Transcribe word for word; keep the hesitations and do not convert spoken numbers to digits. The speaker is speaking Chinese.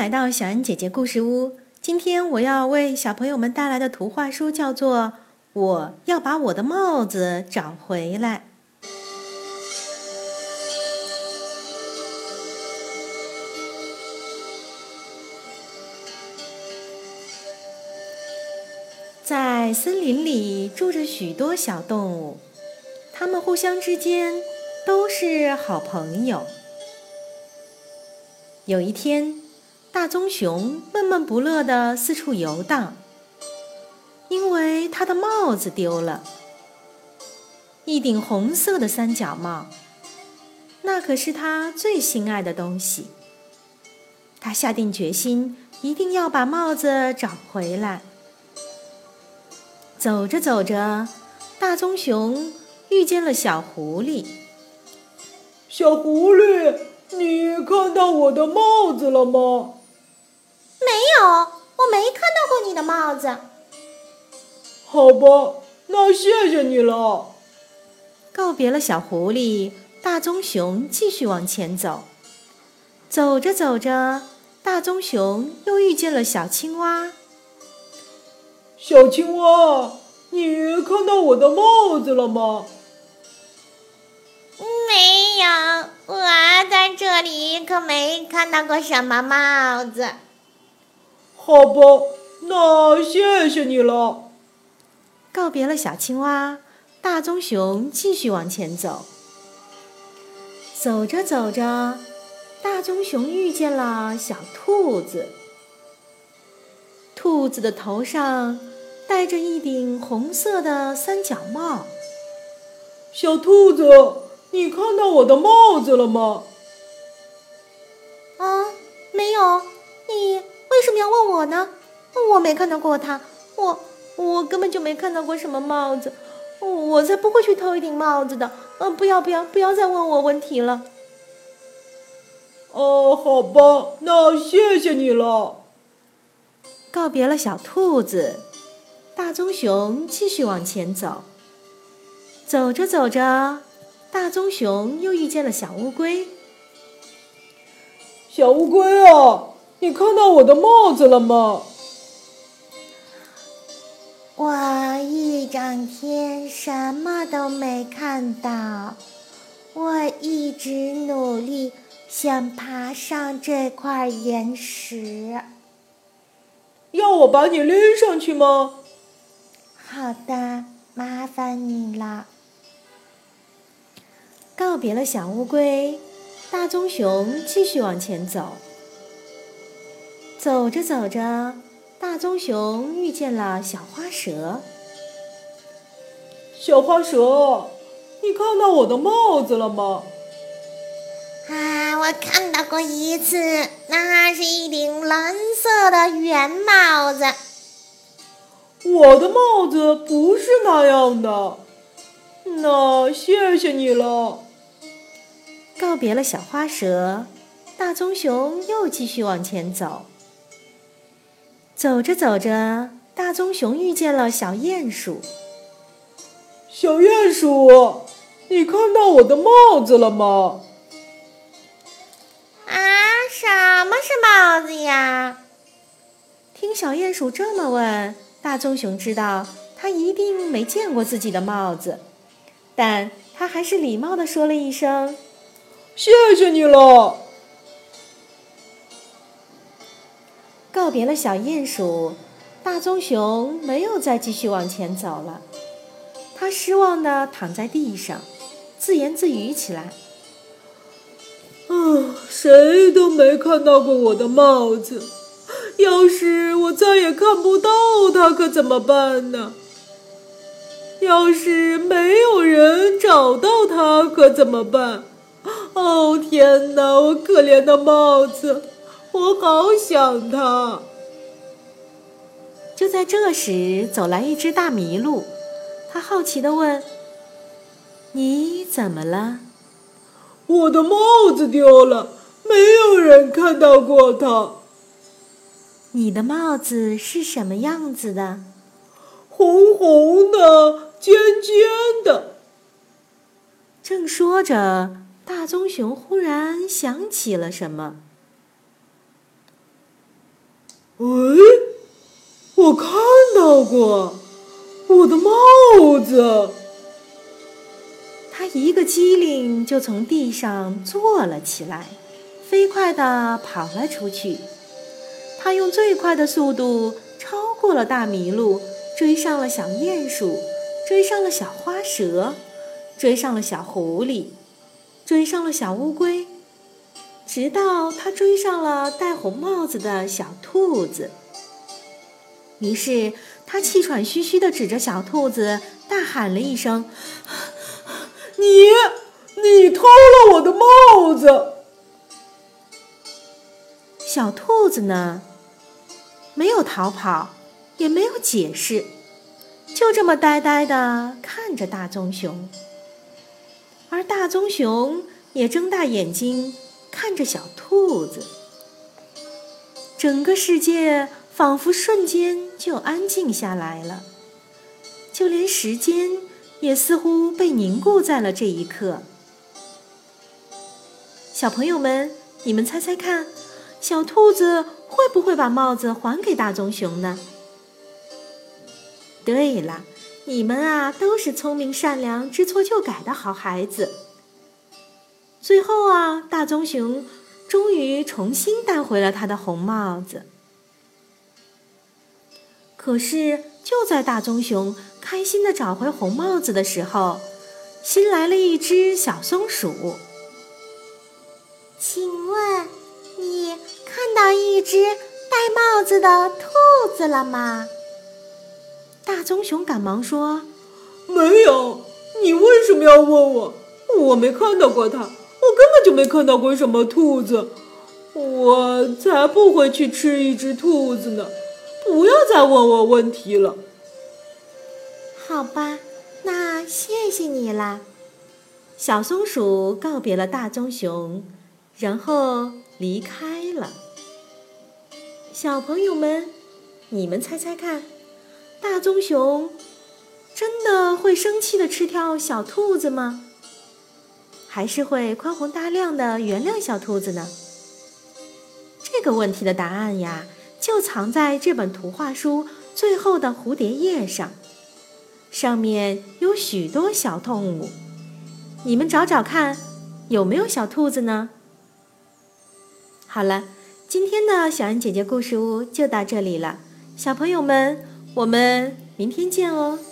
来到小恩姐姐故事屋。今天我要为小朋友们带来的图画书叫做《我要把我的帽子找回来》。在森林里住着许多小动物，它们互相之间都是好朋友。有一天，大棕熊闷闷不乐地四处游荡，因为它的帽子丢了。一顶红色的三角帽，那可是它最心爱的东西。它下定决心，一定要把帽子找回来。走着走着，大棕熊遇见了小狐狸。 小狐狸，你看到我的帽子了吗？ 没有，我没看到过你的帽子。 好吧，那谢谢你了。 告别了小狐狸，大棕熊继续往前走。走着走着，大棕熊又遇见了小青蛙。 小青蛙，你看到我的帽子了吗？ 没有，我在这里可没看到过什么帽子。 好吧，那谢谢你了。 告别了小青蛙，大棕熊继续往前走。走着走着，大棕熊遇见了小兔子。兔子的头上戴着一顶红色的三角帽。 小兔子，你看到我的帽子了吗？ 啊，没有。你为什么要问我呢？我没看到过它，我我根本就没看到过什么帽子，我才不会去偷一顶帽子的。呃，不要不要不要再问我问题了。 哦，好吧，那谢谢你了。 告别了小兔子，大棕熊继续往前走。走着走着，大棕熊又遇见了小乌龟。 小乌龟啊，你看到我的帽子了吗？ 我一整天什么都没看到，我一直努力想爬上这块岩石。 要我把你拎上去吗？ 好的，麻烦你了。 告别了小乌龟，大棕熊继续往前走。走着走着，大棕熊遇见了小花蛇。 小花蛇，你看到我的帽子了吗？ 啊，我看到过一次，那是一顶蓝色的圆帽子。 我的帽子不是那样的，那谢谢你了。 告别了小花蛇，大棕熊又继续往前走。走着走着，大棕熊遇见了小鼹鼠。 小鼹鼠，你看到我的帽子了吗？ 啊，什么是帽子呀？ 听小鼹鼠这么问，大棕熊知道他一定没见过自己的帽子，但他还是礼貌地说了一声：“ 谢谢你了。” 告别了小鼹鼠，大棕熊没有再继续往前走了。他失望地躺在地上，自言自语起来：“ 啊，谁都没看到过我的帽子，要是我再也看不到它，可怎么办呢？要是没有人找到它，可怎么办？哦，天哪，我可怜的帽子，我好想它。” 就在这时，走来一只大麋鹿，他好奇地问：“你怎么了？”“ 我的帽子丢了，没有人看到过它。”“ 你的帽子是什么样子的？”“ 红红的，尖尖的。” 正说着，大棕熊忽然想起了什么。 哎，我看到过我的帽子。 他一个机灵就从地上坐了起来，飞快地跑了出去。他用最快的速度超过了大麋鹿，追上了小鼹鼠，追上了小花蛇，追上了小狐狸，追上了小乌龟，直到他追上了戴红帽子的小兔子。于是他气喘吁吁地指着小兔子大喊了一声： 你你偷了我的帽子！ 小兔子呢，没有逃跑，也没有解释，就这么呆呆地看着大棕熊。而大棕熊也睁大眼睛看着小兔子。整个世界仿佛瞬间就安静下来了，就连时间也似乎被凝固在了这一刻。小朋友们，你们猜猜看，小兔子会不会把帽子还给大棕熊呢？对了，你们啊都是聪明善良、知错就改的好孩子。最后啊，大棕熊终于重新带回了他的红帽子。可是就在大棕熊开心地找回红帽子的时候，新来了一只小松鼠。 请问你看到一只戴帽子的兔子了吗？ 大棕熊赶忙说： 没有，你为什么要问我？我没看到过它，我根本就没看到过什么兔子，我才不会去吃一只兔子呢！不要再问我问题了。 好吧，那谢谢你啦。 小松鼠告别了大棕熊，然后离开了。小朋友们，你们猜猜看，大棕熊真的会生气地吃掉小兔子吗？还是会宽宏大量地原谅小兔子呢？这个问题的答案呀，就藏在这本图画书最后的蝴蝶页上，上面有许多小动物，你们找找看，有没有小兔子呢？好了，今天的小恩姐姐故事屋就到这里了，小朋友们，我们明天见哦。